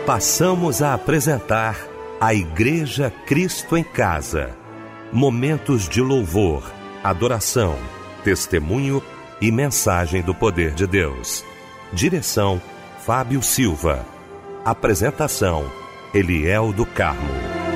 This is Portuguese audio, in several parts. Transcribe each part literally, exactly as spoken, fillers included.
Passamos a apresentar a Igreja Cristo em Casa. Momentos de louvor, adoração, testemunho e mensagem do poder de Deus. Direção, Fábio Silva. Apresentação, Eliel do Carmo.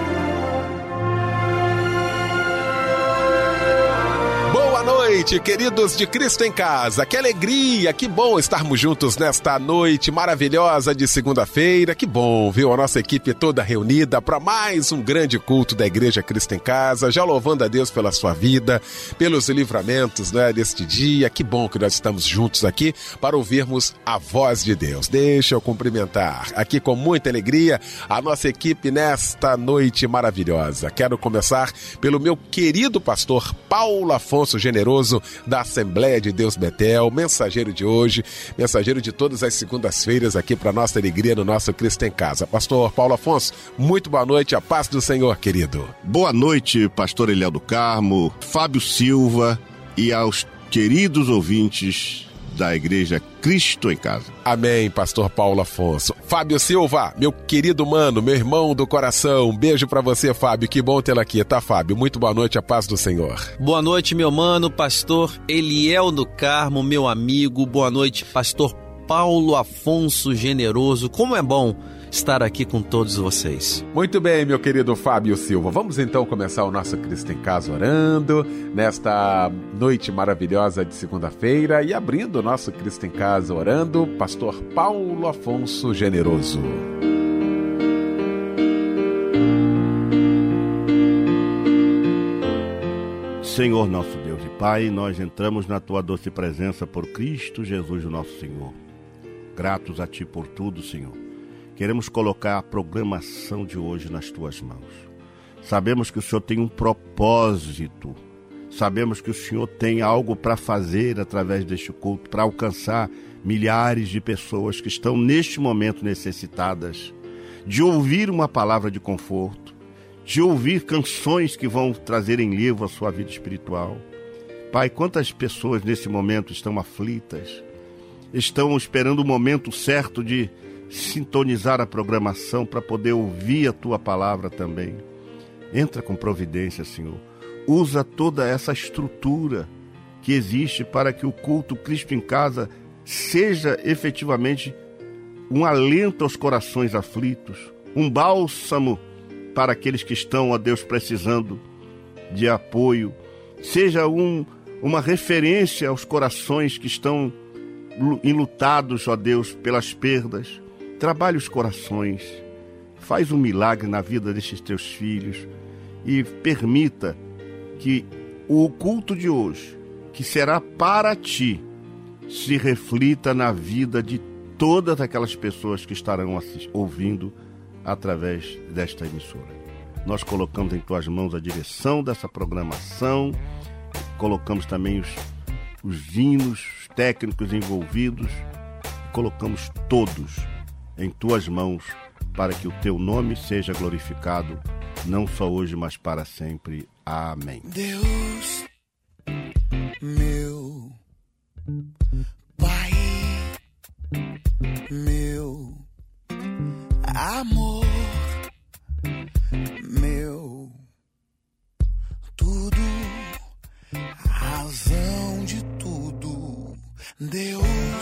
Boa noite, queridos de Cristo em Casa. Que alegria, que bom estarmos juntos nesta noite maravilhosa de segunda-feira. Que bom, viu? A nossa equipe toda reunida para mais um grande culto da Igreja Cristo em Casa, já louvando a Deus pela sua vida, pelos livramentos, né, deste dia. Que bom que nós estamos juntos aqui para ouvirmos a voz de Deus. Deixa eu cumprimentar aqui com muita alegria a nossa equipe nesta noite maravilhosa. Quero começar pelo meu querido pastor Paulo Afonso Generoso, da Assembleia de Deus Betel, mensageiro de hoje, mensageiro de todas as segundas-feiras aqui para nossa alegria no nosso Cristo em Casa. Pastor Paulo Afonso, muito boa noite, a paz do Senhor, querido. Boa noite, pastor Eliel do Carmo, Fábio Silva e aos queridos ouvintes da Igreja Cristo em Casa. Amém, pastor Paulo Afonso. Fábio Silva, meu querido mano, meu irmão do coração, um beijo pra você, Fábio, que bom tê-lo aqui, tá, Fábio? Muito boa noite, a paz do Senhor. Boa noite, meu mano, pastor Eliel do Carmo, meu amigo, boa noite, pastor Paulo Afonso Generoso, como é bom estar aqui com todos vocês. Muito bem, meu querido Fábio Silva. Vamos então começar o nosso Cristo em Casa orando nesta noite maravilhosa de segunda-feira e abrindo o nosso Cristo em Casa orando, pastor Paulo Afonso Generoso. Senhor nosso Deus e Pai, nós entramos na Tua doce presença por Cristo Jesus, o nosso Senhor. Gratos a Ti por tudo, Senhor. Queremos colocar a programação de hoje nas Tuas mãos. Sabemos que o Senhor tem um propósito. Sabemos que o Senhor tem algo para fazer através deste culto, para alcançar milhares de pessoas que estão neste momento necessitadas de ouvir uma palavra de conforto, de ouvir canções que vão trazer em livro a sua vida espiritual. Pai, quantas pessoas nesse momento estão aflitas, estão esperando o momento certo de sintonizar a programação para poder ouvir a Tua palavra também. Entra com providência, Senhor. Usa toda essa estrutura que existe para que o culto Cristo em Casa seja efetivamente um alento aos corações aflitos, um bálsamo para aqueles que estão, ó Deus, precisando de apoio, seja um, uma referência aos corações que estão enlutados, ó Deus, pelas perdas. Trabalhe os corações, faz um milagre na vida destes teus filhos e permita que o culto de hoje, que será para ti, se reflita na vida de todas aquelas pessoas que estarão ouvindo através desta emissora. Nós colocamos em tuas mãos a direção dessa programação, colocamos também os, os hinos, os técnicos envolvidos, colocamos todos em tuas mãos, para que o teu nome seja glorificado, não só hoje, mas para sempre. Amém. Deus, meu Pai, meu amor, meu tudo, razão de tudo. Deus,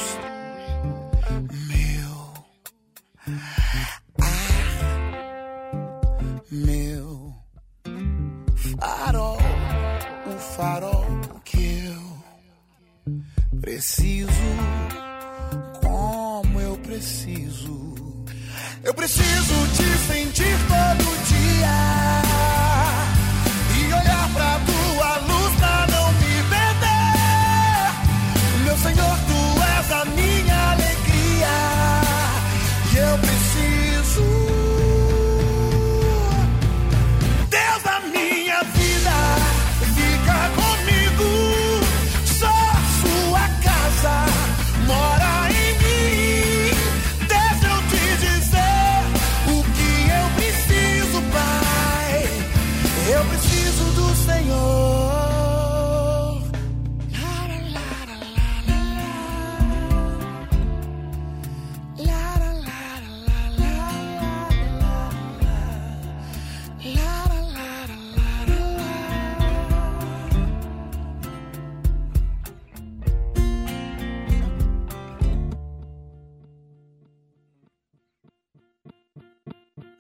meu farol, o farol que eu preciso, como eu preciso. Eu preciso te sentir todo dia e olhar pra tua luz pra não me perder. Meu Senhor, tu és a minha alegria e eu preciso. Mora em mim, deixa eu te dizer o que eu preciso pra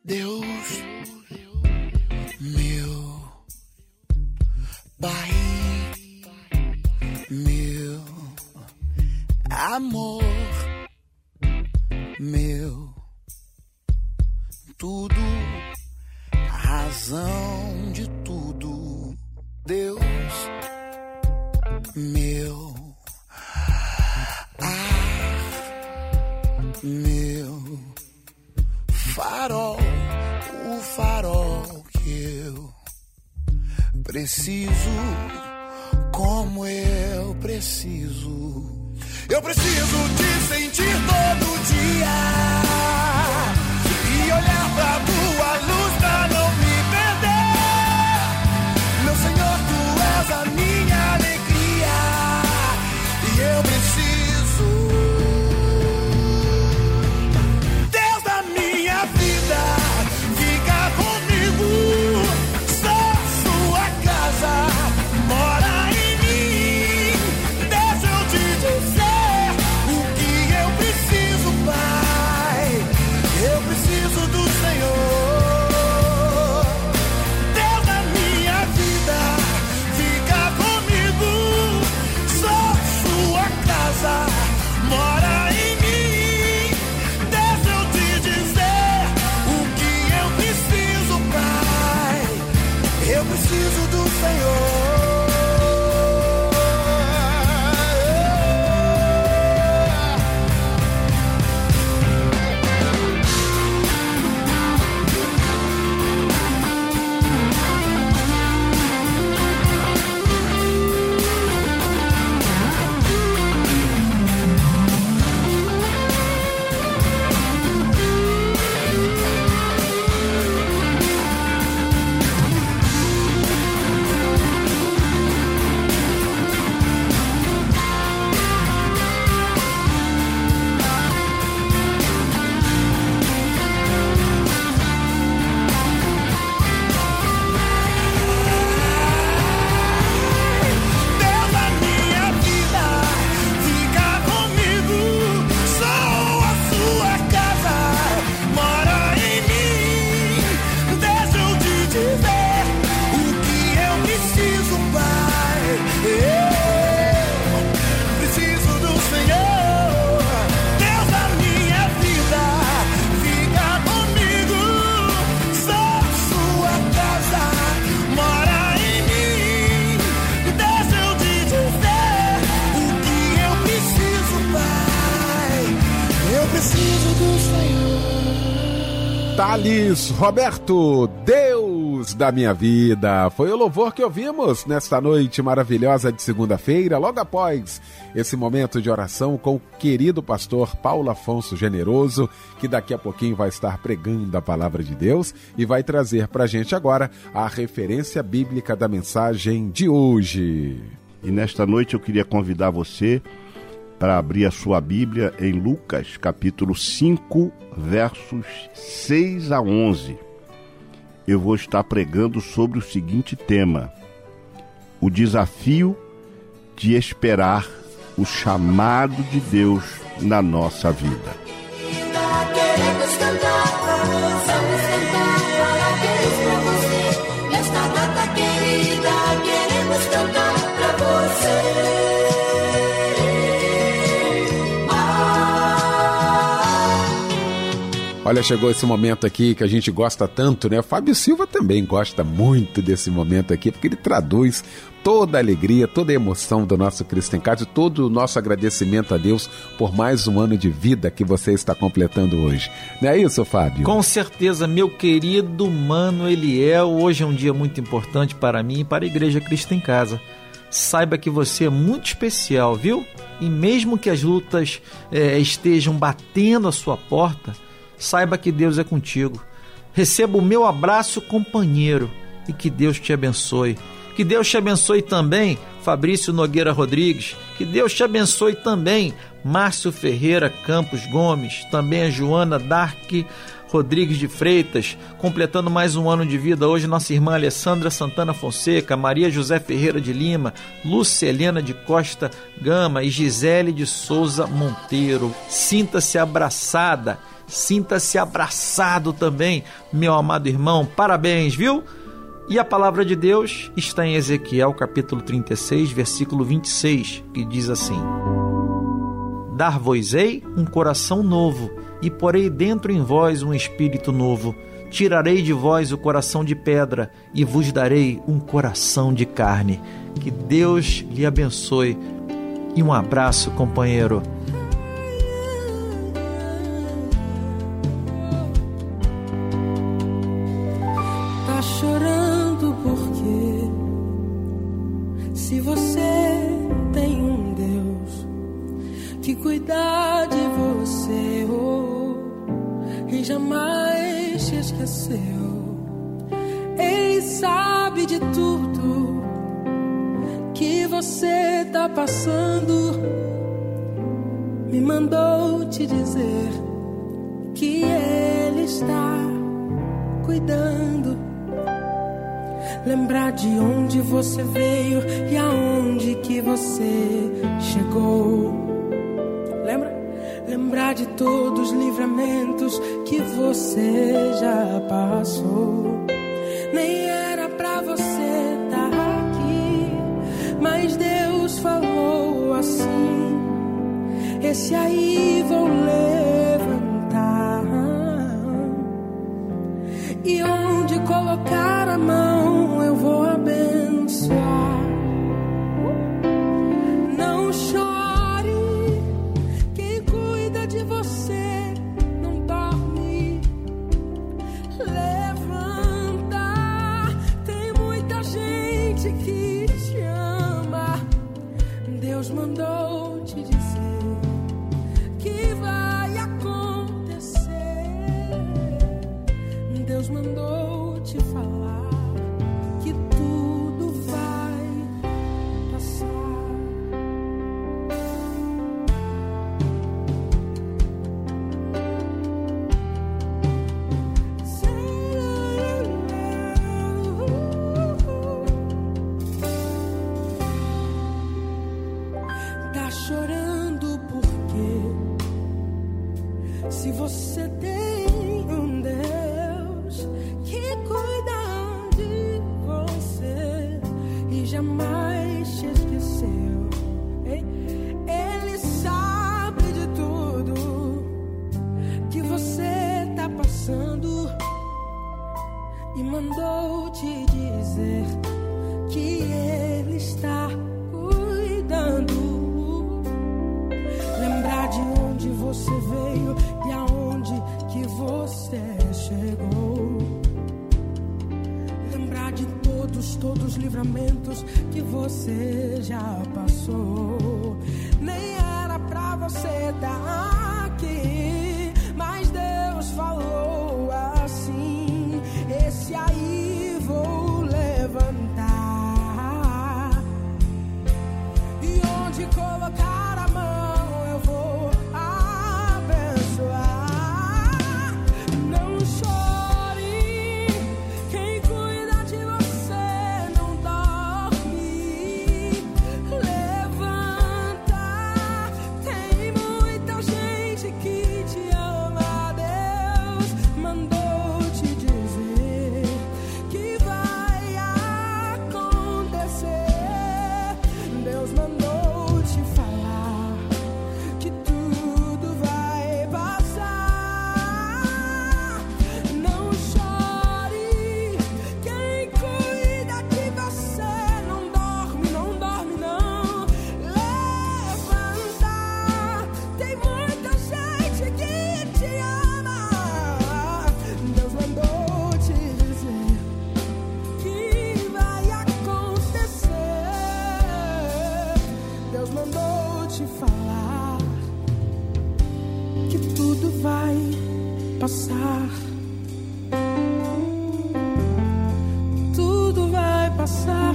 Deus, meu Pai, meu amor, meu tudo, a razão de tudo. Deus, meu ar, meu farol, o farol que eu preciso, como eu preciso. Eu preciso te sentir todo dia e olhar pra tua luz pra não me perder. Meu Senhor, tu és a minha alegria e eu preciso. Deus da minha vida, fica comigo. Sou sua casa, mora em mim. Deixa eu te dizer o que eu preciso, Pai. Eu preciso do Senhor. Deus da minha vida, fica comigo. Sou sua casa, mora em mim. Deixa eu te dizer o que eu preciso, Pai. Eu preciso do Senhor. Deus da minha vida, fica comigo. Sou a sua casa, mora em mim. Deixa eu te dizer o que eu preciso, Pai. Eu preciso do Senhor. Deus da minha vida, fica comigo. Sou sua casa, mora em mim. Deixa eu te dizer o que eu preciso, Pai. Eu preciso do Senhor. Thales Roberto, Deus da minha vida. Foi o louvor que ouvimos nesta noite maravilhosa de segunda-feira, logo após esse momento de oração com o querido pastor Paulo Afonso Generoso, que daqui a pouquinho vai estar pregando a palavra de Deus e vai trazer para a gente agora a referência bíblica da mensagem de hoje. E nesta noite eu queria convidar você para abrir a sua Bíblia em Lucas, capítulo cinco, versos seis a onze. Eu vou estar pregando sobre o seguinte tema: o desafio de esperar o chamado de Deus na nossa vida. Queremos cantar, vamos cantar, parabéns pra você. Nesta data querida, queremos cantar pra você. Olha, chegou esse momento aqui que a gente gosta tanto, né? O Fábio Silva também gosta muito desse momento aqui, porque ele traduz toda a alegria, toda a emoção do nosso Cristo em Casa e todo o nosso agradecimento a Deus por mais um ano de vida que você está completando hoje. Não é isso, Fábio? Com certeza, meu querido mano Eliel, hoje é um dia muito importante para mim e para a Igreja Cristo em Casa. Saiba que você é muito especial, viu? E mesmo que as lutas é, estejam batendo a sua porta, saiba que Deus é contigo. Receba o meu abraço, companheiro, e que Deus te abençoe. Que Deus te abençoe também, Fabrício Nogueira Rodrigues. Que Deus te abençoe também, Márcio Ferreira Campos Gomes. Também a Joana Dark Rodrigues de Freitas, completando mais um ano de vida hoje, nossa irmã Alessandra Santana Fonseca, Maria José Ferreira de Lima, Lúcia Helena de Costa Gama e Gisele de Souza Monteiro. Sinta-se abraçada, Sinta-se abraçado também, meu amado irmão. Parabéns, viu? E a palavra de Deus está em Ezequiel, capítulo trinta e seis, versículo vinte e seis, que diz assim: Dar-vos-ei um coração novo, e porei dentro em vós um espírito novo. Tirarei de vós o coração de pedra, e vos darei um coração de carne. Que Deus lhe abençoe. E um abraço, companheiro. Tá chorando porque se você tem um Deus que cuida de você, oh, e jamais te esqueceu, Ele sabe de tudo que você tá passando, me mandou te dizer que Ele está cuidando. Lembrar de onde você veio e aonde que você chegou. Lembra? Lembrar de todos os livramentos que você já passou. Nem era pra você estar aqui, mas Deus falou assim: esse aí vou levantar, e onde colocar a mão eu vou abençoar. Não chore, quem cuida de você não dorme. Levanta, tem muita gente que te ama. Deus mandou te dizer que vai acontecer. Deus mandou te falar que tudo vai passar. Tá chorando porque se você tem um Deus que cuida de você e jamais te esqueceu, hein? Ele sabe de tudo que você tá passando e mandou te dizer que Ele está cuidando. Lembrar de onde você veio e aonde que você chegou. Lembrar de todos, todos os livramentos que você já passou. Nem era pra você estar aqui, mas Deus falou assim: esse aí vou levantar, e onde colocar a mão eu vou abençoar. Não chore, quem cuida de você não dorme. Levanta, tem muita gente que te ama. Deus mandou te dizer que vai acontecer. Deus mandou te falar que tudo vai passar. Não chore, quem cuida de você não dorme, não dorme não. Levanta, tem muita gente que te ama. Deus mandou te dizer que vai acontecer. Deus mandou te falar que tudo vai passar. Tudo vai passar.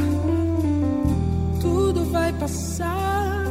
Tudo vai passar.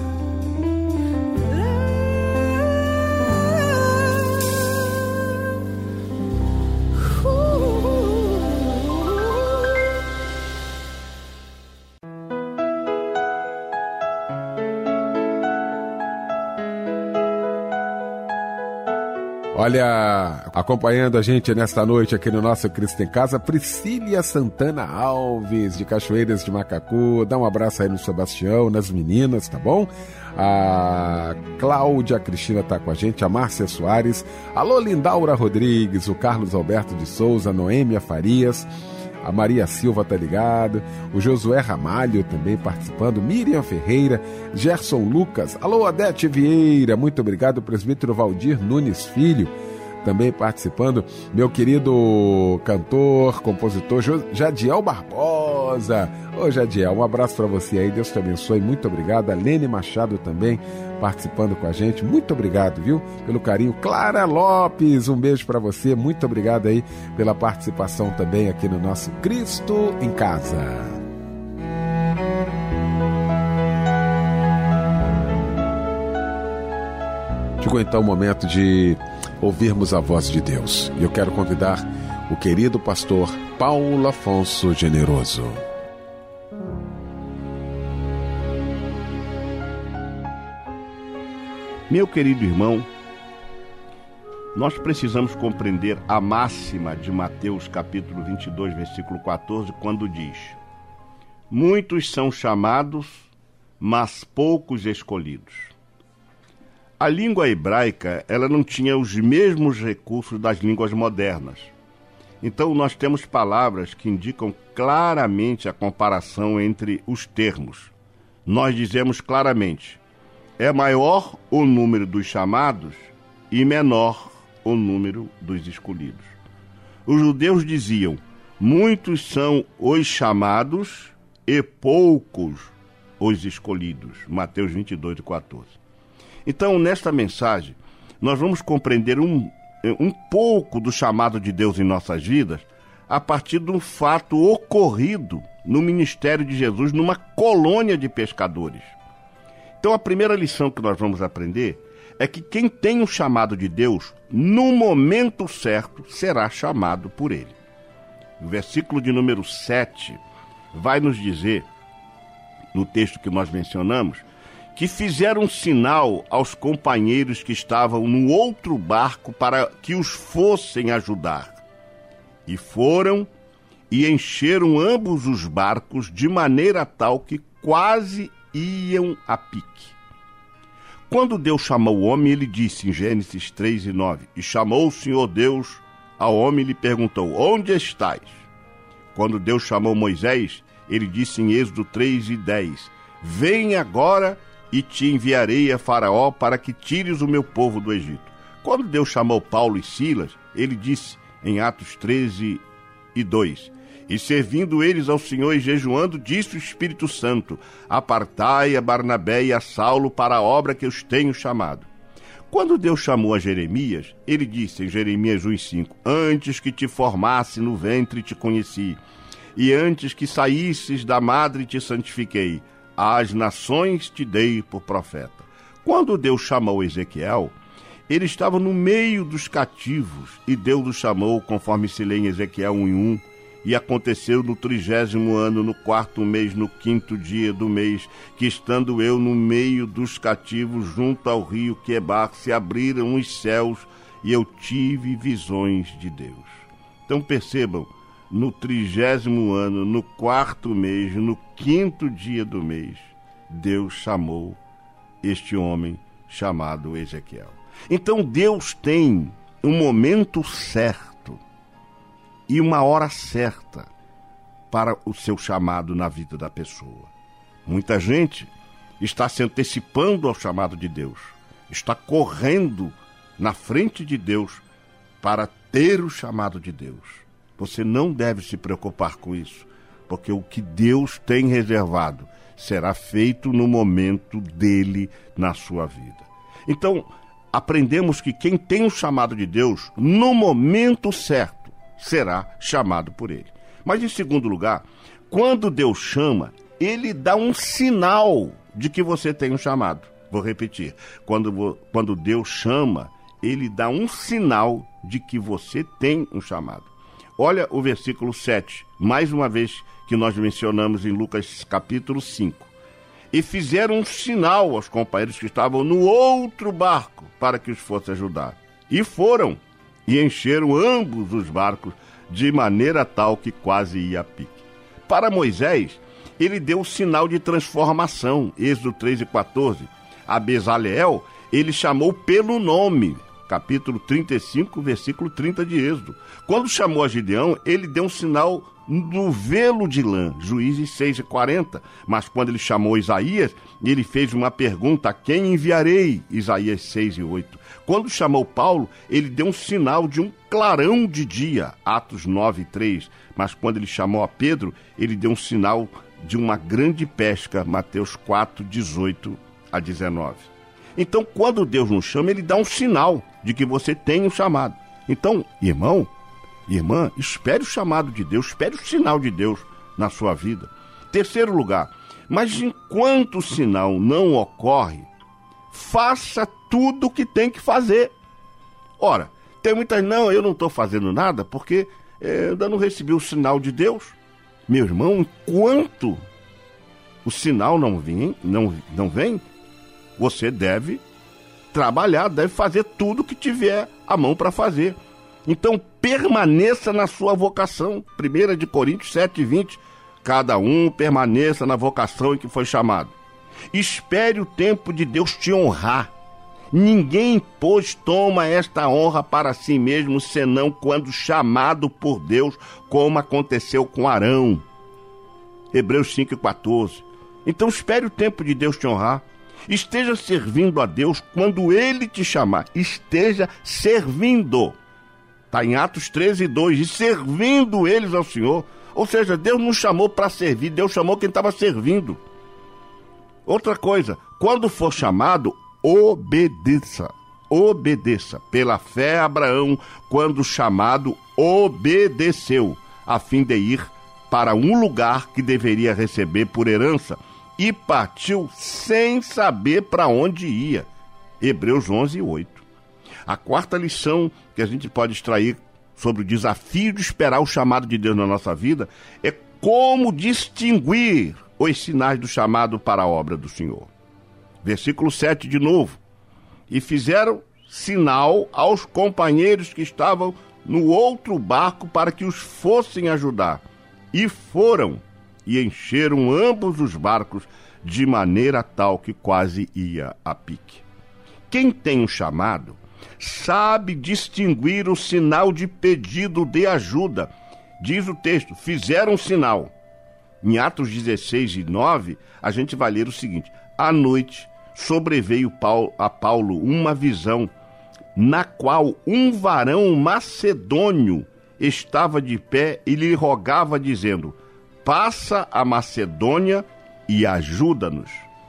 Olha, acompanhando a gente nesta noite aqui no nosso Cristo em Casa, Priscília Santana Alves, de Cachoeiras de Macacu. Dá um abraço aí no Sebastião, nas meninas, tá bom? A Cláudia Cristina tá com a gente, a Márcia Soares, alô Lindaura Rodrigues, o Carlos Alberto de Souza, Noêmia Farias, a Maria Silva tá ligado, o Josué Ramalho também participando, Miriam Ferreira, Gerson Lucas, alô Adete Vieira, muito obrigado, presbítero Valdir Nunes Filho, também participando, meu querido cantor, compositor Jadiel Barbosa. Ô Jadiel, um abraço para você aí, Deus te abençoe, muito obrigado. A Lene Machado também participando com a gente, muito obrigado, viu, pelo carinho. Clara Lopes, um beijo para você, muito obrigado aí pela participação também aqui no nosso Cristo em Casa. Chegou então o momento de ouvirmos a voz de Deus. E eu quero convidar o querido pastor Paulo Afonso Generoso. Meu querido irmão, nós precisamos compreender a máxima de Mateus capítulo vinte e dois, versículo quatorze, quando diz: muitos são chamados, mas poucos escolhidos. A língua hebraica, ela não tinha os mesmos recursos das línguas modernas. Então, nós temos palavras que indicam claramente a comparação entre os termos. Nós dizemos claramente: é maior o número dos chamados e menor o número dos escolhidos. Os judeus diziam: muitos são os chamados e poucos os escolhidos. Mateus vinte e dois, quatorze. Então, nesta mensagem, nós vamos compreender um, um pouco do chamado de Deus em nossas vidas a partir de um fato ocorrido no ministério de Jesus numa colônia de pescadores. Então, a primeira lição que nós vamos aprender é que quem tem o chamado de Deus, no momento certo, será chamado por ele. O versículo de número sete vai nos dizer, no texto que nós mencionamos, que fizeram sinal aos companheiros que estavam no outro barco para que os fossem ajudar. E foram e encheram ambos os barcos de maneira tal que quase iam a pique. Quando Deus chamou o homem, ele disse em Gênesis três e nove, e chamou o Senhor Deus ao homem e lhe perguntou: onde estás? Quando Deus chamou Moisés, ele disse em Êxodo três e dez, vem agora e te enviarei a Faraó para que tires o meu povo do Egito. Quando Deus chamou Paulo e Silas, ele disse em Atos treze e dois, e servindo eles ao Senhor e jejuando, disse o Espírito Santo, apartai a Barnabé e a Saulo para a obra que os tenho chamado. Quando Deus chamou a Jeremias, ele disse em Jeremias um e cinco, antes que te formasse no ventre te conheci, e antes que saísses da madre te santifiquei, às nações te dei por profeta. Quando Deus chamou Ezequiel, ele estava no meio dos cativos, e Deus o chamou, conforme se lê em Ezequiel um e um, e aconteceu no trigésimo ano, no quarto mês, no quinto dia do mês, que estando eu no meio dos cativos, junto ao rio Quebar, se abriram os céus, e eu tive visões de Deus. Então percebam, no trigésimo ano, no quarto mês, no quinto dia do mês, Deus chamou este homem chamado Ezequiel. Então Deus tem um momento certo e uma hora certa para o seu chamado na vida da pessoa. Muita gente está se antecipando ao chamado de Deus, está correndo na frente de Deus para ter o chamado de Deus. Você não deve se preocupar com isso, porque o que Deus tem reservado será feito no momento dele na sua vida. Então, aprendemos que quem tem o chamado de Deus, no momento certo, será chamado por ele. Mas, em segundo lugar, quando Deus chama, ele dá um sinal de que você tem um chamado. Vou repetir. Quando, quando Deus chama, ele dá um sinal de que você tem um chamado. Olha o versículo sete, mais uma vez que nós mencionamos em Lucas capítulo cinco. E fizeram um sinal aos companheiros que estavam no outro barco para que os fosse ajudar. E foram, e encheram ambos os barcos, de maneira tal que quase ia a pique. Para Moisés, ele deu o sinal de transformação, Êxodo três e quatorze. A Bezaleel, ele chamou pelo nome, capítulo trinta e cinco, versículo trinta de Êxodo. Quando chamou a Gideão, ele deu um sinal do velo de lã, Juízes seis e quarenta. Mas quando ele chamou Isaías, ele fez uma pergunta: a quem enviarei? Isaías seis e oito. Quando chamou Paulo, ele deu um sinal de um clarão de dia, Atos nove e três. Mas quando ele chamou a Pedro, ele deu um sinal de uma grande pesca, Mateus quatro, dezoito a dezenove. Então, quando Deus nos chama, ele dá um sinal de que você tem um chamado. Então, irmão, irmã, espere o chamado de Deus, espere o sinal de Deus na sua vida. Terceiro lugar, mas enquanto o sinal não ocorre, faça tudo o que tem que fazer. Ora, tem muitas, não, eu não estou fazendo nada porque é, eu ainda não recebi o sinal de Deus. Meu irmão, enquanto o sinal não vem, não, não vem, você deve trabalhar, deve fazer tudo que tiver a mão para fazer. Então, permaneça na sua vocação. primeira de Coríntios sete, vinte. Cada um permaneça na vocação em que foi chamado. Espere o tempo de Deus te honrar. Ninguém, pois, toma esta honra para si mesmo, senão quando chamado por Deus, como aconteceu com Arão. Hebreus cinco e quatorze. Então, espere o tempo de Deus te honrar. Esteja servindo a Deus quando Ele te chamar. Esteja servindo. Está em Atos treze, dois. E servindo eles ao Senhor. Ou seja, Deus não chamou para servir, Deus chamou quem estava servindo. Outra coisa, quando for chamado, obedeça. Obedeça. Pela fé, Abraão, quando chamado, obedeceu, a fim de ir para um lugar que deveria receber por herança, e partiu sem saber para onde ia. Hebreus onze, oito. A quarta lição que a gente pode extrair sobre o desafio de esperar o chamado de Deus na nossa vida é como distinguir os sinais do chamado para a obra do Senhor. Versículo sete de novo. E fizeram sinal aos companheiros que estavam no outro barco para que os fossem ajudar. E foram e encheram ambos os barcos de maneira tal que quase ia a pique. Quem tem um chamado sabe distinguir o sinal de pedido de ajuda. Diz o texto, fizeram sinal. Em Atos dezesseis e nove, a gente vai ler o seguinte: à noite sobreveio a Paulo uma visão, na qual um varão macedônio estava de pé e lhe rogava, dizendo: passa a Macedônia e ajuda-nos.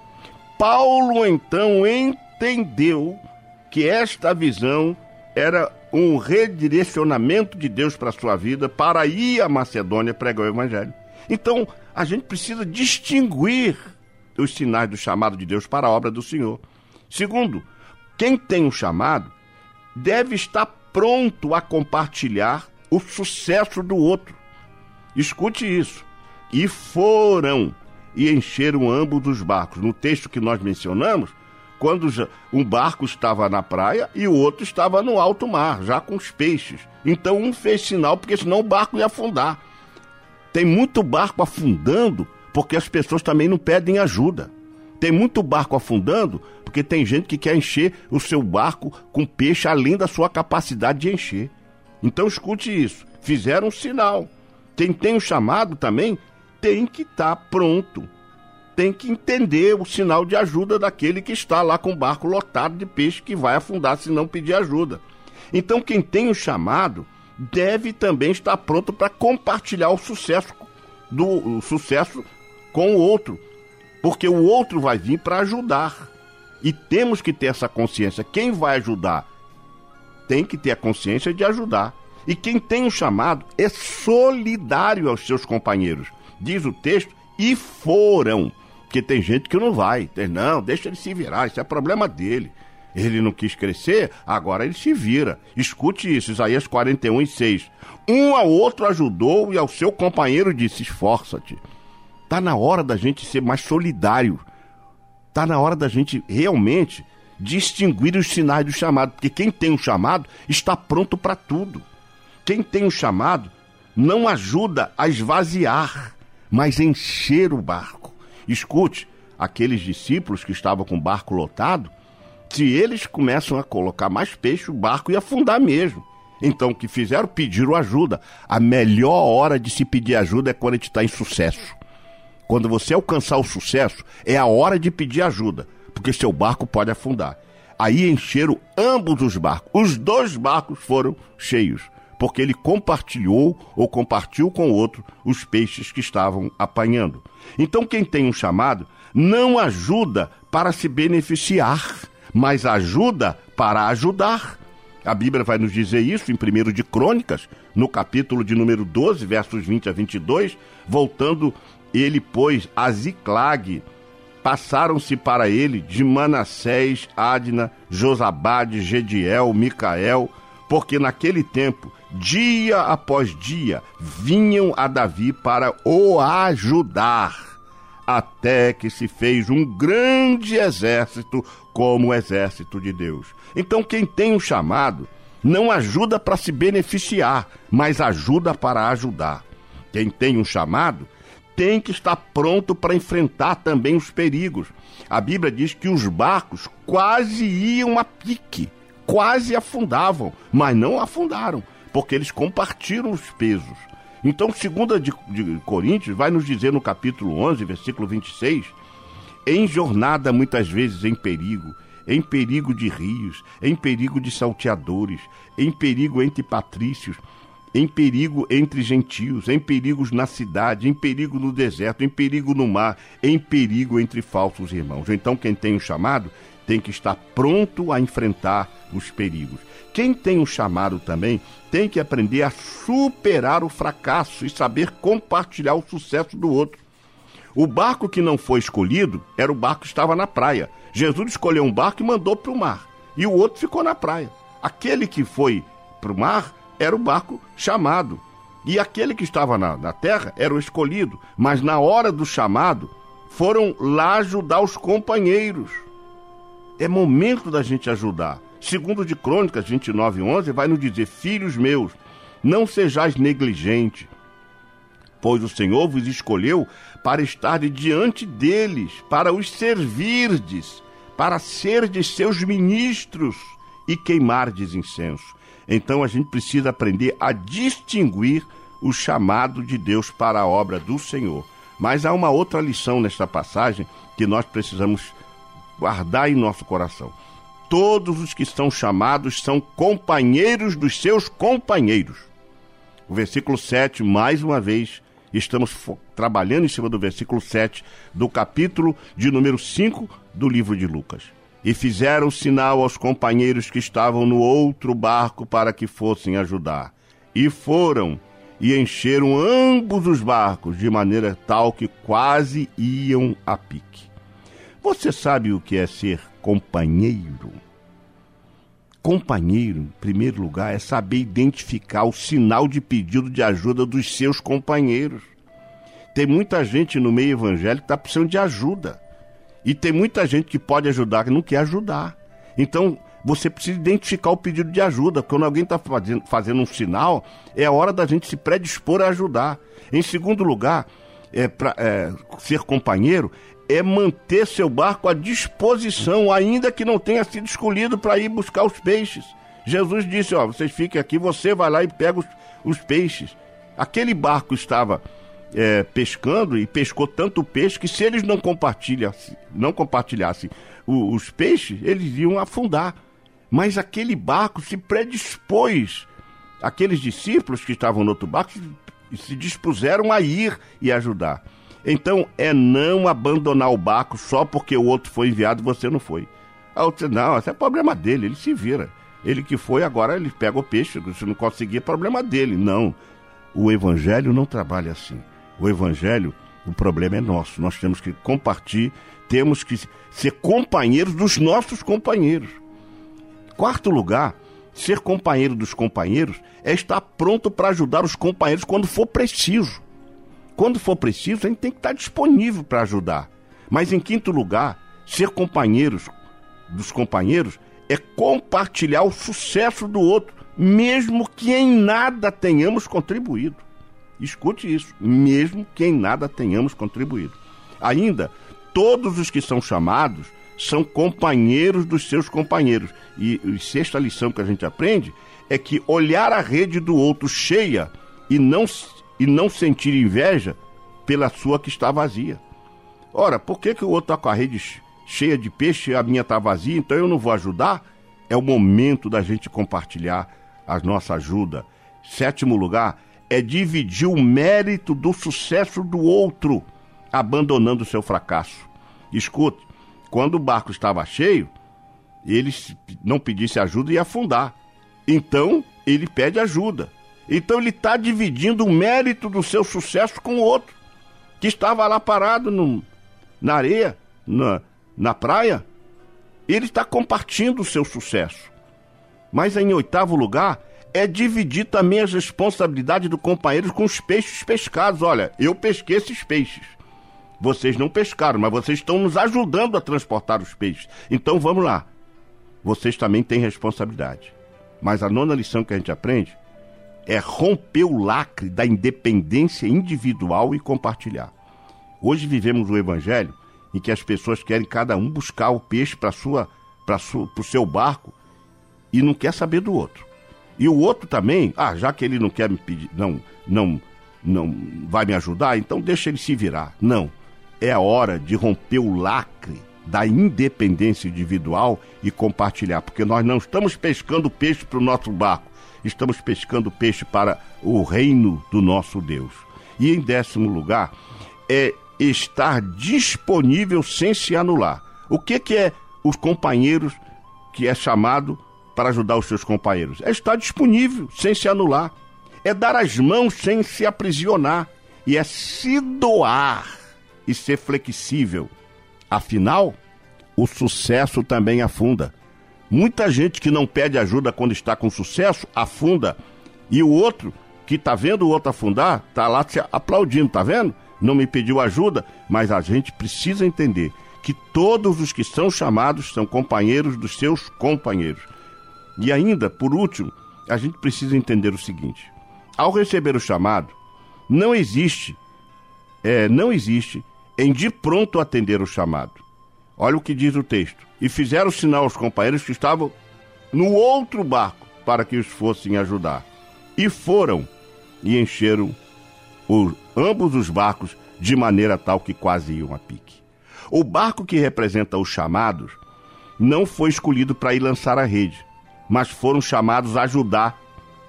Paulo então entendeu que esta visão era um redirecionamento de Deus para a sua vida, para ir à Macedônia pregar o Evangelho. Então, a gente precisa distinguir os sinais do chamado de Deus para a obra do Senhor. Segundo, quem tem um chamado deve estar pronto a compartilhar o sucesso do outro. Escute isso. E foram e encheram ambos os barcos. No texto que nós mencionamos, quando um barco estava na praia e o outro estava no alto mar, já com os peixes. Então um fez sinal, porque senão o barco ia afundar. Tem muito barco afundando porque as pessoas também não pedem ajuda. Tem muito barco afundando porque tem gente que quer encher o seu barco com peixe além da sua capacidade de encher. Então escute isso. Fizeram um sinal. Quem tem um chamado também tem que estar pronto. Tem que entender o sinal de ajuda daquele que está lá com o barco lotado de peixe que vai afundar se não pedir ajuda. Então quem tem um chamado deve também estar pronto para compartilhar o sucesso, do, o sucesso com o outro. Porque o outro vai vir para ajudar. E temos que ter essa consciência. Quem vai ajudar tem que ter a consciência de ajudar. E quem tem um chamado é solidário aos seus companheiros. Diz o texto, e foram. Porque tem gente que não vai. Tem, não, deixa ele se virar, isso é problema dele. Ele não quis crescer, agora ele se vira. Escute isso, Isaías quarenta e um, seis. Um ao outro ajudou e ao seu companheiro disse, esforça-te. Está na hora da gente ser mais solidário. Está na hora da gente realmente distinguir os sinais do chamado, porque quem tem um chamado está pronto para tudo. Quem tem um chamado não ajuda a esvaziar, mas encher o barco. Escute, aqueles discípulos que estavam com o barco lotado, se eles começam a colocar mais peixe, o barco ia afundar mesmo. Então o que fizeram? Pediram ajuda. A melhor hora de se pedir ajuda é quando a gente está em sucesso. Quando você alcançar o sucesso, é a hora de pedir ajuda, porque seu barco pode afundar. Aí encheram ambos os barcos. Os dois barcos foram cheios, porque ele compartilhou ou compartilhou com o outro os peixes que estavam apanhando. Então quem tem um chamado não ajuda para se beneficiar, mas ajuda para ajudar. A Bíblia vai nos dizer isso em primeiro de Crônicas, no capítulo de número doze, versos vinte a vinte e dois, voltando ele, pois, a Ziclag, passaram-se para ele de Manassés, Adna, Josabade, Gediel, Micael, porque naquele tempo, dia após dia, vinham a Davi para o ajudar, até que se fez um grande exército como o exército de Deus. Então quem tem um chamado não ajuda para se beneficiar, mas ajuda para ajudar. Quem tem um chamado tem que estar pronto para enfrentar também os perigos. A Bíblia diz que os barcos quase iam a pique, quase afundavam, mas não afundaram, porque eles compartilham os pesos. Então, segunda de, de Coríntios vai nos dizer no capítulo onze, versículo vinte e seis, em jornada muitas vezes em perigo, em perigo de rios, em perigo de salteadores, em perigo entre patrícios, em perigo entre gentios, em perigos na cidade, em perigo no deserto, em perigo no mar, em perigo entre falsos irmãos. Então, quem tem um chamado tem que estar pronto a enfrentar os perigos. Quem tem um chamado também tem que aprender a superar o fracasso e saber compartilhar o sucesso do outro. O barco que não foi escolhido era o barco que estava na praia. Jesus escolheu um barco e mandou para o mar, e o outro ficou na praia. Aquele que foi para o mar era o barco chamado, e aquele que estava na, na terra era o escolhido, mas na hora do chamado foram lá ajudar os companheiros. É momento da gente ajudar. Segundo de Crônicas vinte e nove, onze, vai nos dizer: filhos meus, não sejais negligentes, pois o Senhor vos escolheu para estar diante deles, para os servirdes, para serdes seus ministros e queimardes incenso. Então a gente precisa aprender a distinguir o chamado de Deus para a obra do Senhor. Mas há uma outra lição nesta passagem que nós precisamos guardar em nosso coração. Todos os que são chamados são companheiros dos seus companheiros. O versículo sete, mais uma vez, estamos trabalhando em cima do versículo sete do capítulo de número cinco do livro de Lucas. E fizeram sinal aos companheiros que estavam no outro barco para que fossem ajudar. E foram e encheram ambos os barcos, de maneira tal que quase iam a pique. Você sabe o que é ser companheiro? Companheiro, em primeiro lugar, é saber identificar o sinal de pedido de ajuda dos seus companheiros. Tem muita gente no meio evangélico que está precisando de ajuda. E tem muita gente que pode ajudar, que não quer ajudar. Então, você precisa identificar o pedido de ajuda. Quando alguém está fazendo, fazendo um sinal, é a hora da gente se predispor a ajudar. Em segundo lugar, é, pra, é, ser companheiro é manter seu barco à disposição, ainda que não tenha sido escolhido para ir buscar os peixes. Jesus disse, ó, vocês fiquem aqui, você vai lá e pega os, os peixes. Aquele barco estava é, pescando e pescou tanto peixe que se eles não compartilhassem, não compartilhassem os, os peixes, eles iam afundar. Mas aquele barco se predispôs. Aqueles discípulos que estavam no outro barco se, se dispuseram a ir e ajudar. Então, é não abandonar o barco só porque o outro foi enviado e você não foi. A outra, não, esse é problema dele, ele se vira. Ele que foi, agora ele pega o peixe, se não conseguir, é problema dele. Não, o evangelho não trabalha assim. O evangelho, o problema é nosso. Nós temos que compartilhar, temos que ser companheiros dos nossos companheiros. Quarto lugar, ser companheiro dos companheiros é estar pronto para ajudar os companheiros quando for preciso. Quando for preciso, a gente tem que estar disponível para ajudar. Mas em quinto lugar, ser companheiros dos companheiros é compartilhar o sucesso do outro, mesmo que em nada tenhamos contribuído. Escute isso, mesmo que em nada tenhamos contribuído. Ainda, todos os que são chamados são companheiros dos seus companheiros. E a sexta lição que a gente aprende é que olhar a rede do outro cheia e não, e não sentir inveja pela sua que está vazia. Ora, por que, que o outro está com a rede cheia de peixe e a minha está vazia, então eu não vou ajudar? É o momento da gente compartilhar a nossa ajuda. Sétimo lugar, é dividir o mérito do sucesso do outro, abandonando o seu fracasso. Escute, quando o barco estava cheio, ele não pedisse ajuda e ia afundar. Então, ele pede ajuda. Então, ele está dividindo o mérito do seu sucesso com o outro, que estava lá parado no, na areia, na, na praia. Ele está compartilhando o seu sucesso. Mas, em oitavo lugar, é dividir também as responsabilidades do companheiro com os peixes pescados. Olha, eu pesquei esses peixes. Vocês não pescaram, mas vocês estão nos ajudando a transportar os peixes. Então, vamos lá. Vocês também têm responsabilidade. Mas a nona lição que a gente aprende é romper o lacre da independência individual e compartilhar. Hoje vivemos um evangelho em que as pessoas querem cada um buscar o peixe para sua, para sua, o seu barco e não quer saber do outro. E o outro também, ah, já que ele não quer me pedir, não, não, não vai me ajudar, então deixa ele se virar. Não, é a hora de romper o lacre da independência individual e compartilhar, porque nós não estamos pescando peixe para o nosso barco, estamos pescando peixe para o reino do nosso Deus. E em décimo lugar, é estar disponível sem se anular. O que, que é os companheiros que é chamado para ajudar os seus companheiros? É estar disponível sem se anular, é dar as mãos sem se aprisionar, e é se doar e ser flexível. Afinal, o sucesso também afunda. Muita gente que não pede ajuda quando está com sucesso, afunda. E o outro, que está vendo o outro afundar, está lá se aplaudindo, está vendo? Não me pediu ajuda, mas a gente precisa entender que todos os que são chamados são companheiros dos seus companheiros. E ainda, por último, a gente precisa entender o seguinte: ao receber o chamado, não existe, é, não existe em de pronto atender o chamado. Olha o que diz o texto. E fizeram sinal aos companheiros que estavam no outro barco para que os fossem ajudar. E foram e encheram os, ambos os barcos de maneira tal que quase iam a pique. O barco que representa os chamados não foi escolhido para ir lançar a rede, mas foram chamados a ajudar.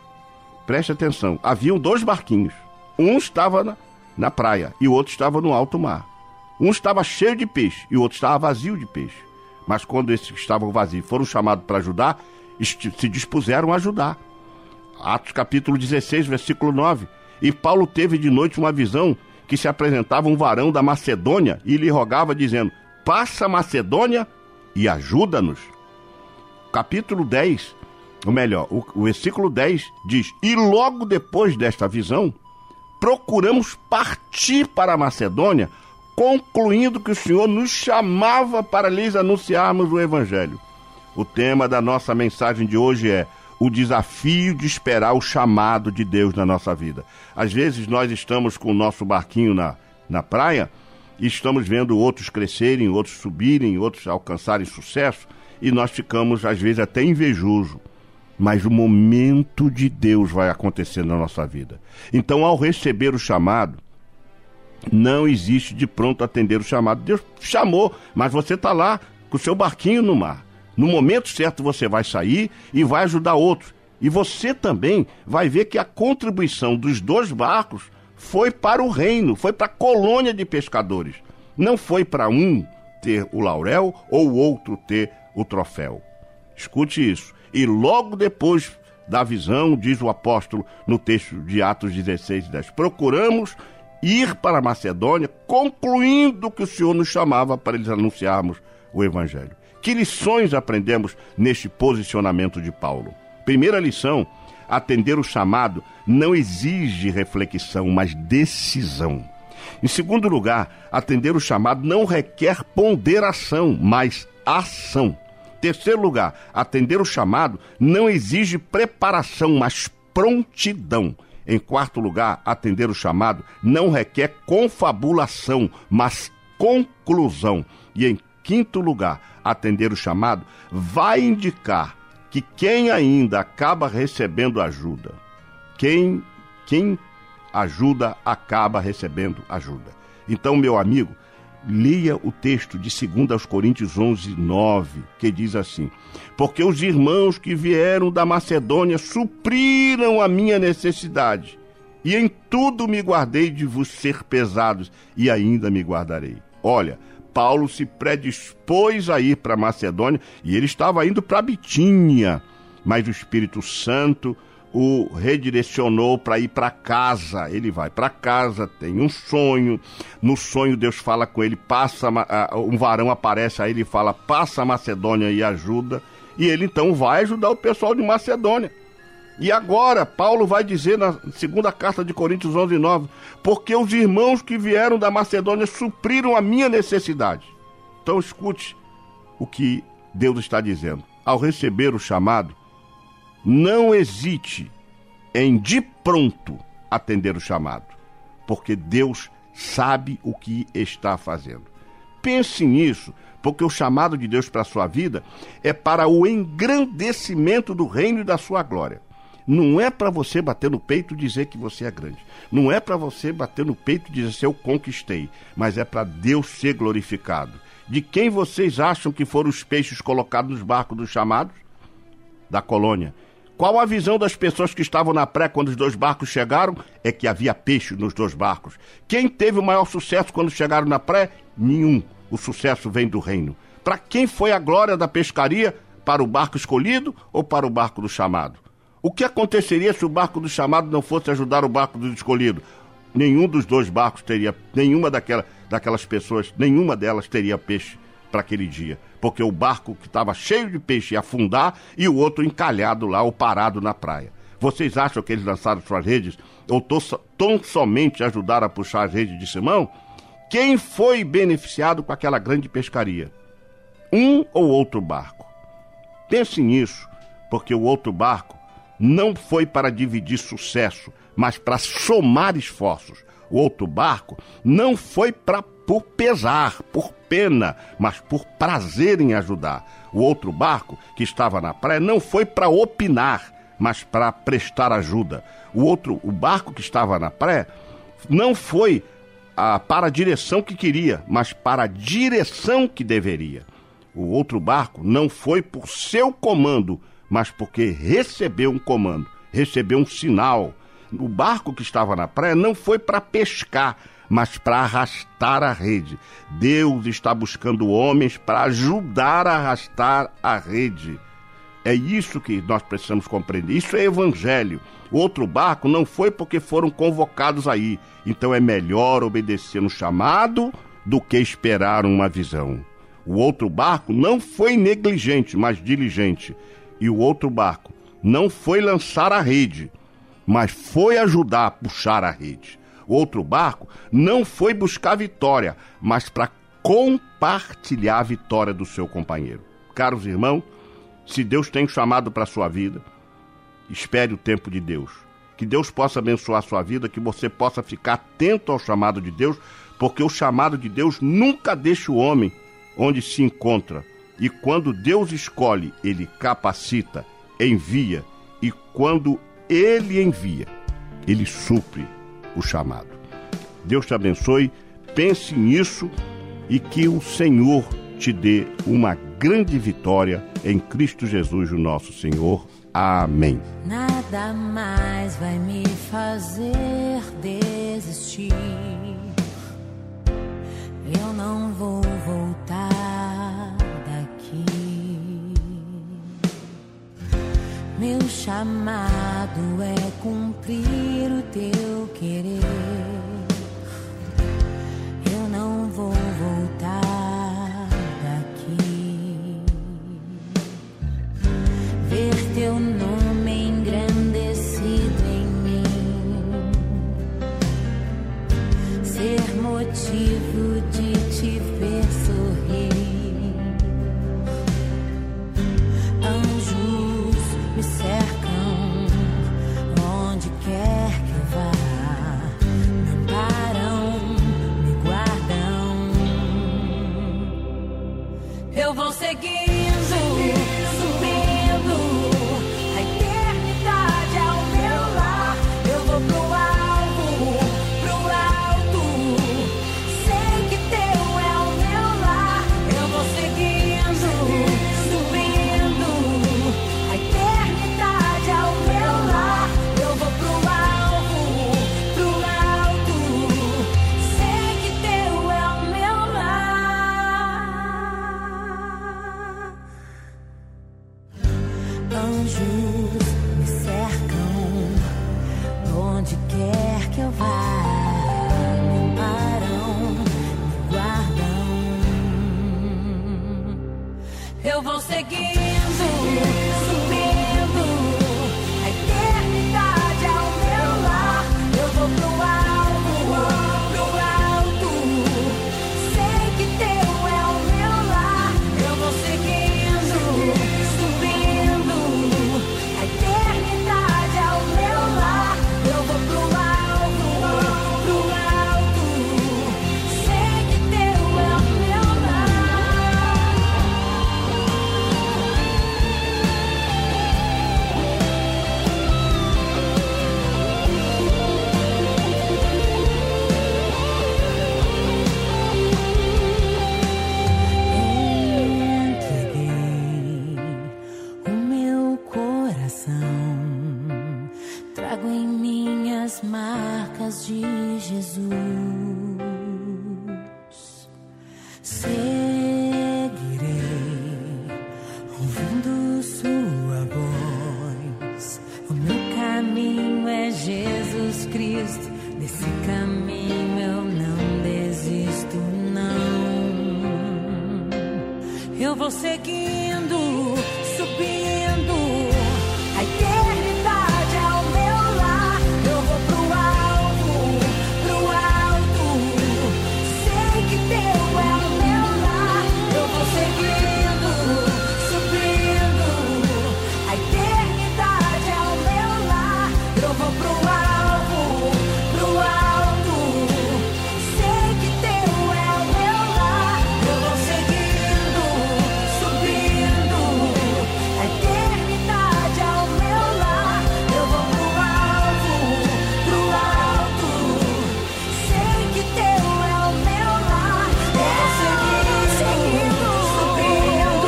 Preste atenção, haviam dois barquinhos. Um estava na, na praia e o outro estava no alto mar. Um estava cheio de peixe e o outro estava vazio de peixe. Mas quando esses que estavam vazios foram chamados para ajudar, se dispuseram a ajudar. Atos capítulo dezesseis, versículo nove. E Paulo teve de noite uma visão que se apresentava um varão da Macedônia e lhe rogava, dizendo: passa a Macedônia e ajuda-nos. Capítulo dez, ou melhor, o, o versículo dez diz: e logo depois desta visão, procuramos partir para a Macedônia, concluindo que o Senhor nos chamava para lhes anunciarmos o Evangelho. O tema da nossa mensagem de hoje é o desafio de esperar o chamado de Deus na nossa vida. Às vezes nós estamos com o nosso barquinho na, na praia e estamos vendo outros crescerem, outros subirem, outros alcançarem sucesso, e nós ficamos às vezes até invejosos. Mas o momento de Deus vai acontecer na nossa vida. Então, ao receber o chamado, não existe de pronto atender o chamado. Deus chamou, mas você está lá com o seu barquinho no mar. No momento certo você vai sair e vai ajudar outros. E você também vai ver que a contribuição dos dois barcos foi para o reino, foi para a colônia de pescadores. Não foi para um ter o laurel ou o outro ter o troféu. Escute isso. E logo depois da visão, diz o apóstolo no texto de Atos dezesseis, dez, procuramos ir para a Macedônia, concluindo que o Senhor nos chamava para lhes anunciarmos o Evangelho. Que lições aprendemos neste posicionamento de Paulo? Primeira lição: atender o chamado não exige reflexão, mas decisão. Em segundo lugar, atender o chamado não requer ponderação, mas ação. Terceiro lugar, atender o chamado não exige preparação, mas prontidão. Em quarto lugar, atender o chamado não requer confabulação, mas conclusão. E em quinto lugar, atender o chamado vai indicar que quem ainda acaba recebendo ajuda, quem, quem ajuda acaba recebendo ajuda. Então, meu amigo, leia o texto de dois aos Coríntios onze, nove, que diz assim: porque os irmãos que vieram da Macedônia supriram a minha necessidade, e em tudo me guardei de vos ser pesados, e ainda me guardarei. Olha, Paulo se predispôs a ir para Macedônia, e ele estava indo para Bitínia, mas o Espírito Santo o redirecionou para ir para casa. Ele vai para casa, tem um sonho, no sonho Deus fala com ele, passa, um varão aparece a ele e fala, passa a Macedônia e ajuda, e ele então vai ajudar o pessoal de Macedônia. E agora Paulo vai dizer na segunda carta de Coríntios onze, nove, porque os irmãos que vieram da Macedônia supriram a minha necessidade. Então escute o que Deus está dizendo. Ao receber o chamado, não hesite em de pronto atender o chamado, porque Deus sabe o que está fazendo. Pense nisso, porque o chamado de Deus para a sua vida é para o engrandecimento do reino e da sua glória. Não é para você bater no peito e dizer que você é grande. Não é para você bater no peito e dizer, eu conquistei. Mas é para Deus ser glorificado. De quem vocês acham que foram os peixes colocados nos barcos dos chamados? Da colônia. Qual a visão das pessoas que estavam na praia quando os dois barcos chegaram? É que havia peixe nos dois barcos. Quem teve o maior sucesso quando chegaram na praia? Nenhum. O sucesso vem do reino. Para quem foi a glória da pescaria? Para o barco escolhido ou para o barco do chamado? O que aconteceria se o barco do chamado não fosse ajudar o barco do escolhido? Nenhum dos dois barcos teria, nenhuma daquela, daquelas pessoas, nenhuma delas teria peixe para aquele dia. Porque o barco que estava cheio de peixe ia afundar e o outro encalhado lá ou parado na praia. Vocês acham que eles lançaram suas redes ou tão somente ajudaram a puxar as redes de Simão? Quem foi beneficiado com aquela grande pescaria? Um ou outro barco? Pense nisso, porque o outro barco não foi para dividir sucesso, mas para somar esforços. O outro barco não foi para por pesar, por pena, mas por prazer em ajudar. O outro barco, que estava na praia, não foi para opinar, mas para prestar ajuda. O outro, o barco que estava na praia, não foi ah, para a direção que queria, mas para a direção que deveria. O outro barco não foi por seu comando, mas porque recebeu um comando, recebeu um sinal. O barco que estava na praia não foi para pescar, mas para arrastar a rede. Deus está buscando homens para ajudar a arrastar a rede. É isso que nós precisamos compreender. Isso é evangelho. O outro barco não foi porque foram convocados aí. Então é melhor obedecer no chamado do que esperar uma visão. O outro barco não foi negligente, mas diligente. E o outro barco não foi lançar a rede, mas foi ajudar a puxar a rede. O outro barco não foi buscar vitória, mas para compartilhar a vitória do seu companheiro. Caros irmãos, se Deus tem chamado para a sua vida, espere o tempo de Deus. Que Deus possa abençoar a sua vida, que você possa ficar atento ao chamado de Deus, porque o chamado de Deus nunca deixa o homem onde se encontra. E quando Deus escolhe, Ele capacita, envia. E quando Ele envia, Ele supre o chamado. Deus te abençoe, pense nisso e que o Senhor te dê uma grande vitória em Cristo Jesus, o nosso Senhor. Amém. Nada mais vai me fazer desistir. Eu não vou voltar daqui. Meu chamado é cumprir o teu querer. Eu não vou voltar daqui. Ver teu nome engrandecido em mim, ser motivo de te ver sorrir. seguindo, subindo. A eternidade ao meu lar. Eu vou pro alto, pro alto. Sei que teu é o meu lar. Eu vou seguindo, subindo. A eternidade ao meu lar. Eu vou pro alto, pro alto. Sei que teu é o meu lar. Anjos me cercam, onde quer que eu vá, me amparam, me guardam. Eu vou seguindo, subindo, a eternidade ao meu lar. Eu vou pro alto, pro alto. Sei que teu é o meu lar. Eu vou seguindo, subindo, a eternidade ao meu lar. Eu vou pro alto, pro alto. Sei que teu é o meu lar. Entreguei o meu coração, trago em minhas marcas de Jesus. Seguirei ouvindo sua voz. O meu caminho é Jesus Cristo. Desse caminho eu não desisto, não. Eu vou seguindo, subindo, a eternidade ao meu lar. Eu vou pro alto, pro alto. Sei que teu é o meu lar. Eu vou seguindo, subindo, a eternidade ao meu lar. Eu vou pro alto, pro alto. Sei que teu é o meu lar. Eu vou seguindo, subindo, a eternidade ao meu lar. Eu vou pro alto, pro alto. Sei que teu é o meu lar. Eu vou seguindo, subindo,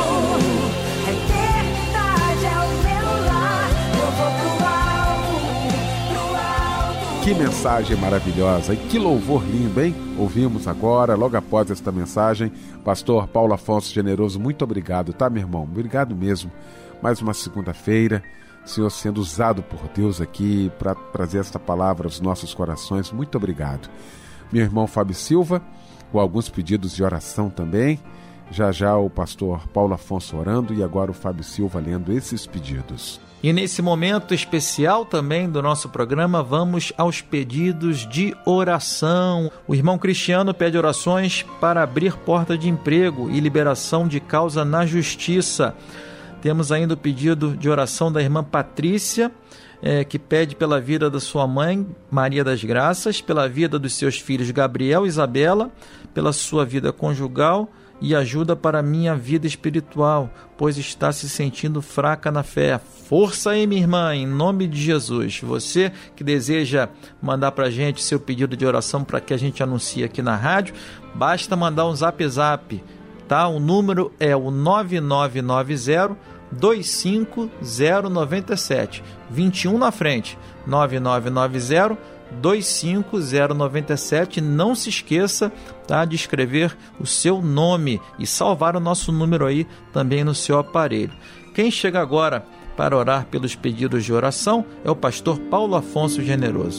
a eternidade ao meu lar. Eu vou pro alto, pro alto. Que mensagem maravilhosa e que louvor lindo, hein? Ouvimos agora, logo após esta mensagem, pastor Paulo Afonso Generoso, muito obrigado, tá, meu irmão? Obrigado mesmo. Mais uma segunda-feira, Senhor sendo usado por Deus aqui para trazer esta palavra aos nossos corações, muito obrigado. Meu irmão Fábio Silva, com alguns pedidos de oração também, já já o pastor Paulo Afonso orando e agora o Fábio Silva lendo esses pedidos. E nesse momento especial também do nosso programa, vamos aos pedidos de oração. O irmão Cristiano pede orações para abrir porta de emprego e liberação de causa na justiça. Temos ainda o pedido de oração da irmã Patrícia, é, que pede pela vida da sua mãe, Maria das Graças, pela vida dos seus filhos Gabriel e Isabela, pela sua vida conjugal e ajuda para a minha vida espiritual, pois está se sentindo fraca na fé. Força aí, minha irmã, em nome de Jesus. Você que deseja mandar para a gente seu pedido de oração para que a gente anuncie aqui na rádio, basta mandar um zap zap, tá? O número é o nove nove nove zero, dois cinco zero nove sete, vinte e um na frente, nove nove nove zero, dois cinco zero nove sete. Não se esqueça, tá, de escrever o seu nome e salvar o nosso número aí também no seu aparelho. Quem chega agora para orar pelos pedidos de oração é o pastor Paulo Afonso Generoso.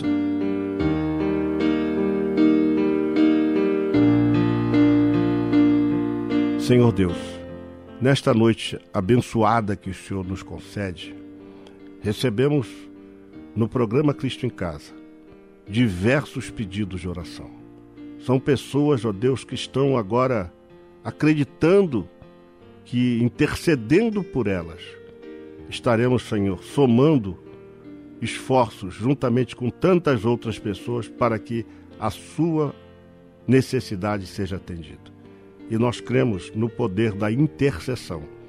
Senhor Deus, nesta noite abençoada que o Senhor nos concede, recebemos no programa Cristo em Casa diversos pedidos de oração. São pessoas, ó Deus, que estão agora acreditando que, intercedendo por elas, estaremos, Senhor, somando esforços juntamente com tantas outras pessoas para que a sua necessidade seja atendida. E nós cremos no poder da intercessão.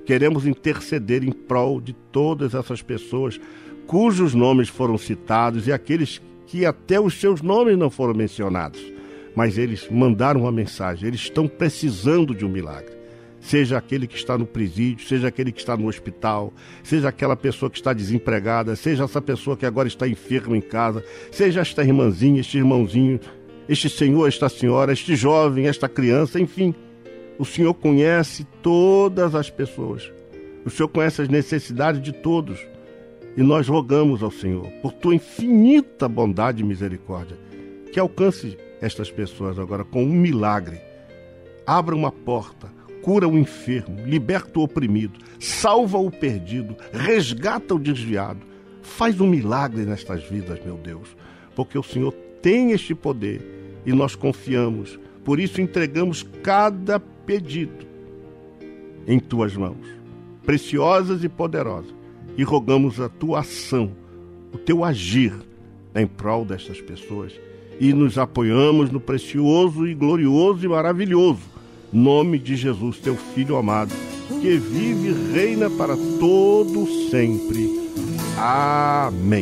queremos interceder em prol de todas essas pessoas cujos nomes foram citados e aqueles que até os seus nomes não foram mencionados, mas eles mandaram uma mensagem, eles estão precisando de um milagre. Seja aquele que está no presídio, seja aquele que está no hospital, seja aquela pessoa que está desempregada, seja essa pessoa que agora está enferma em casa, seja esta irmãzinha, este irmãozinho, este senhor, esta senhora, este jovem, esta criança, enfim. O Senhor conhece todas as pessoas. O Senhor conhece as necessidades de todos. E nós rogamos ao Senhor, por tua infinita bondade e misericórdia, que alcance estas pessoas agora com um milagre. Abra uma porta, cura o enfermo, liberta o oprimido, salva o perdido, resgata o desviado. Faz um milagre nestas vidas, meu Deus, porque o Senhor tem este poder e nós confiamos. Por isso entregamos cada pedido em tuas mãos, preciosas e poderosas, e rogamos a tua ação, o teu agir em prol destas pessoas, e nos apoiamos no precioso e glorioso e maravilhoso nome de Jesus, teu Filho amado, que vive e reina para todo sempre. Amém.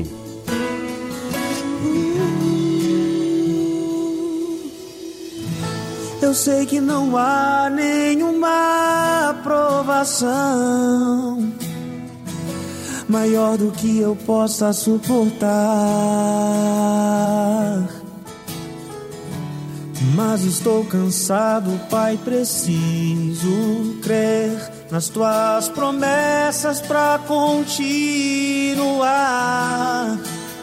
Eu sei que não há nenhuma provação maior do que eu possa suportar, mas estou cansado, Pai, preciso crer nas tuas promessas pra continuar.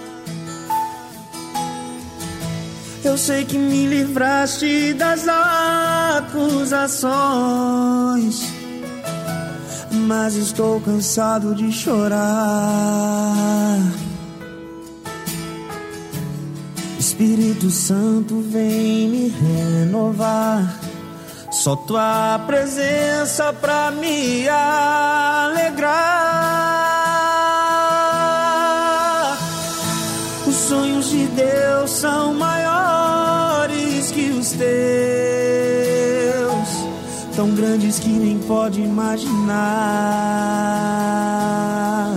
Eu sei que me livraste das acusações, mas estou cansado de chorar. Espírito Santo, vem me renovar. Só tua presença pra me alegrar. Os sonhos de Deus são maiores que os teus, tão grandes que nem pode imaginar.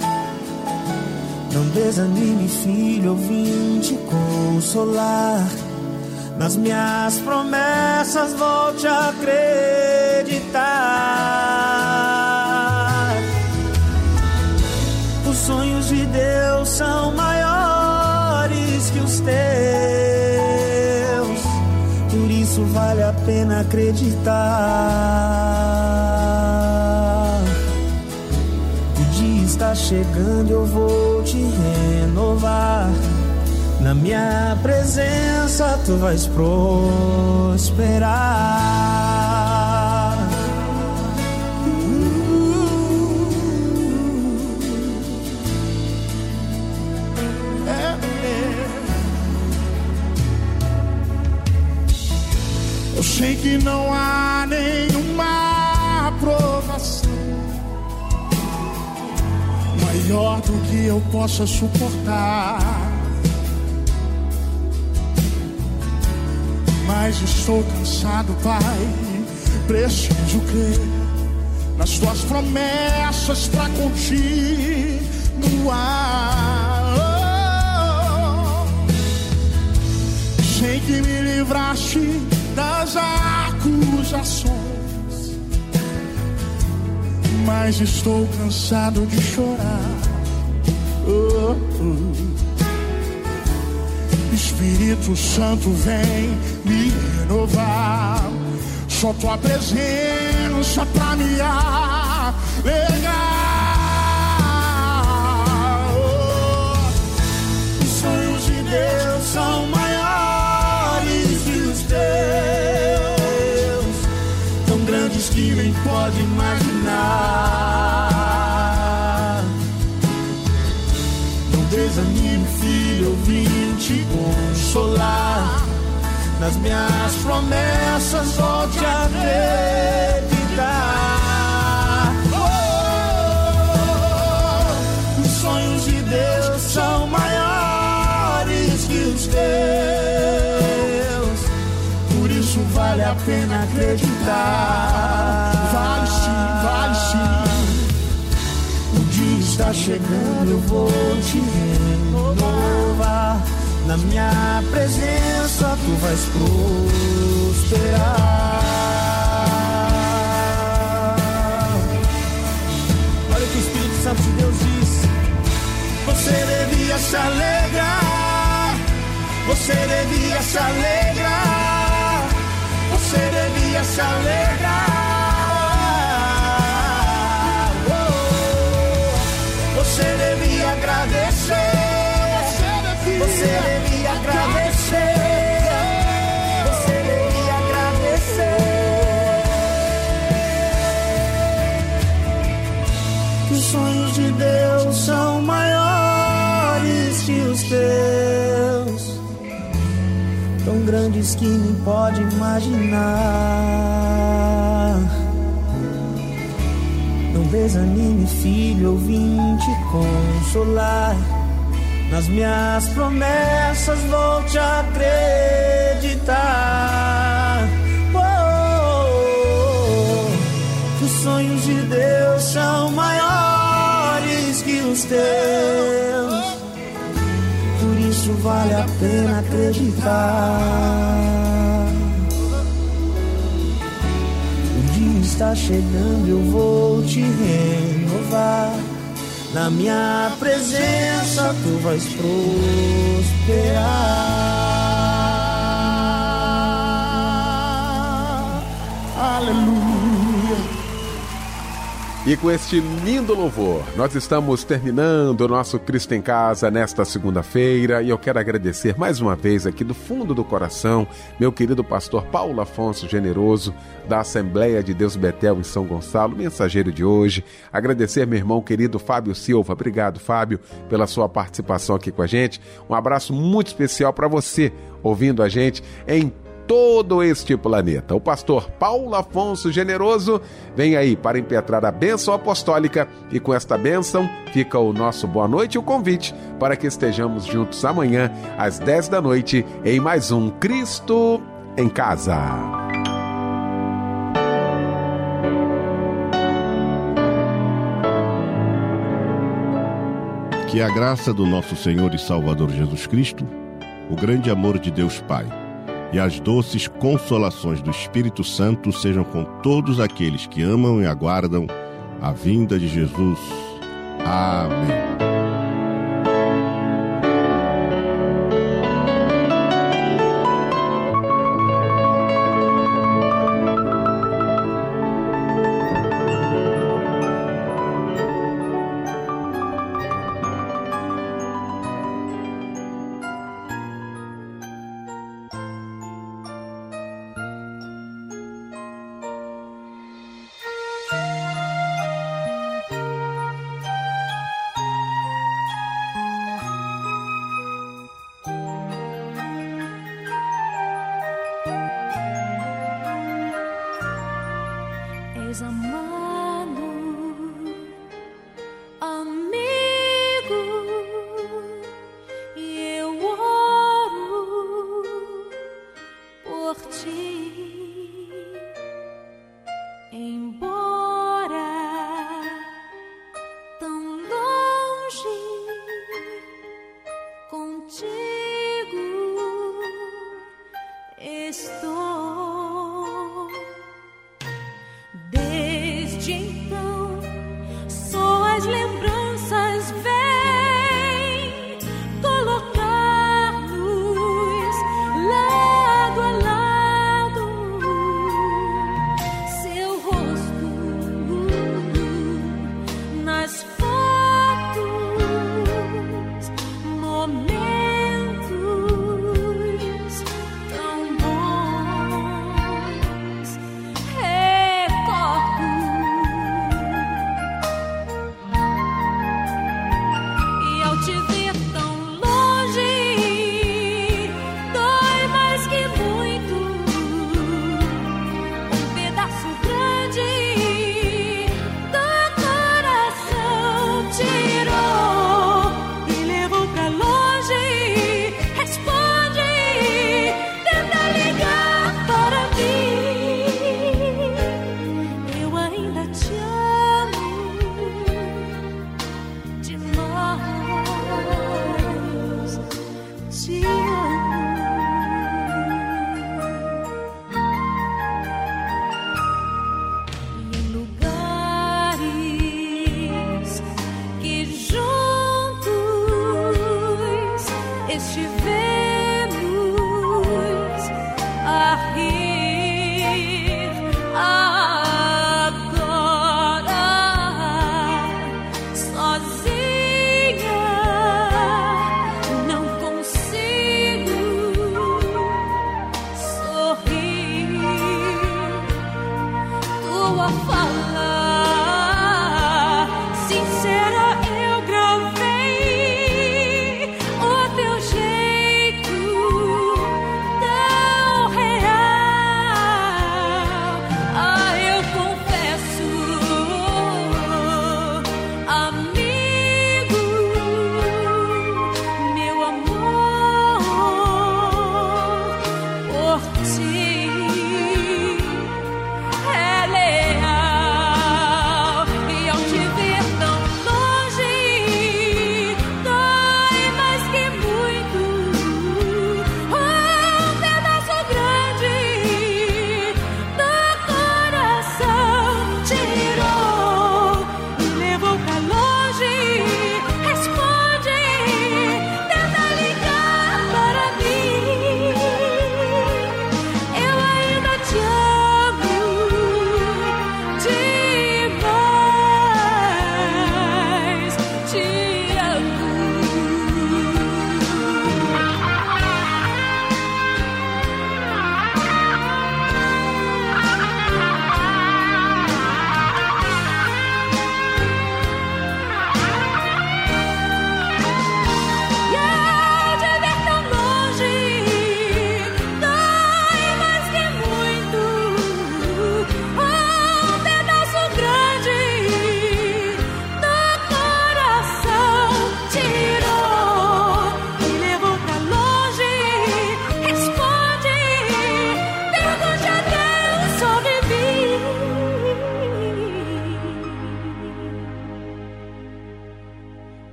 Não desanime, filho, eu vim te consolar. Nas minhas promessas volte a acreditar. Os sonhos de Deus são maiores que os teus, por isso vale a pena acreditar. O dia está chegando, eu vou te renovar. Na minha presença tu vais prosperar. Eu sei que não há nenhuma provação maior do que eu possa suportar, mas estou cansado, Pai, preciso crer nas tuas promessas pra continuar. Oh, sei que me livraste das acusações, mas estou cansado de chorar. Oh, oh. Espírito Santo, vem me renovar. Só tua presença pra me alegrar. Oh, os sonhos de Deus são maiores que os teus, tão grandes que nem pode imaginar. Não desanime, filho, eu vim te consolar. Nas minhas promessas volte a acreditar. Oh, os sonhos de Deus são maiores que os teus, por isso vale a pena acreditar. Vale sim, vale sim. chegando, eu vou te renovar. Na minha presença tu vais prosperar. Olha o que o Espírito Santo de Deus diz. Você devia se alegrar, você devia se alegrar, você devia se alegrar. Oh, você devia agradecer, você devia agradecer, você devia agradecer. Que os sonhos de Deus são maiores que os teus, tão grandes que nem pode imaginar. Não desanime, filho, eu vim te consolar. Nas minhas promessas vou te acreditar. Oh, oh, oh. Os sonhos de Deus são maiores que os teus, por isso vale a pena acreditar. O dia está chegando, eu vou te renovar. Na minha presença tu vais prosperar. Aleluia. E com este lindo louvor, nós estamos terminando o nosso Cristo em Casa nesta segunda-feira, e eu quero agradecer mais uma vez aqui do fundo do coração meu querido pastor Paulo Afonso Generoso, da Assembleia de Deus Betel em São Gonçalo, mensageiro de hoje. Agradecer meu irmão querido Fábio Silva. Obrigado, Fábio, pela sua participação aqui com a gente. Um abraço muito especial para você, ouvindo a gente em todo este planeta. O pastor Paulo Afonso Generoso vem aí para impetrar a bênção apostólica, e com esta bênção fica o nosso boa noite e o convite para que estejamos juntos amanhã às dez da noite em mais um Cristo em Casa. Que a graça do nosso Senhor e Salvador Jesus Cristo, o grande amor de Deus Pai e as doces consolações do Espírito Santo sejam com todos aqueles que amam e aguardam a vinda de Jesus. Amém. És amado, amigo, e eu oro por ti. Embora tão longe, contigo estou. Desde então, só as lembranças vêm colocar-nos lado a lado. Seu rosto nas fotos, momentos tão bons. Recordo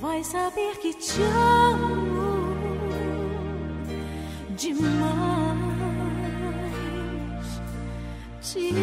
vai saber que te amo demais. Te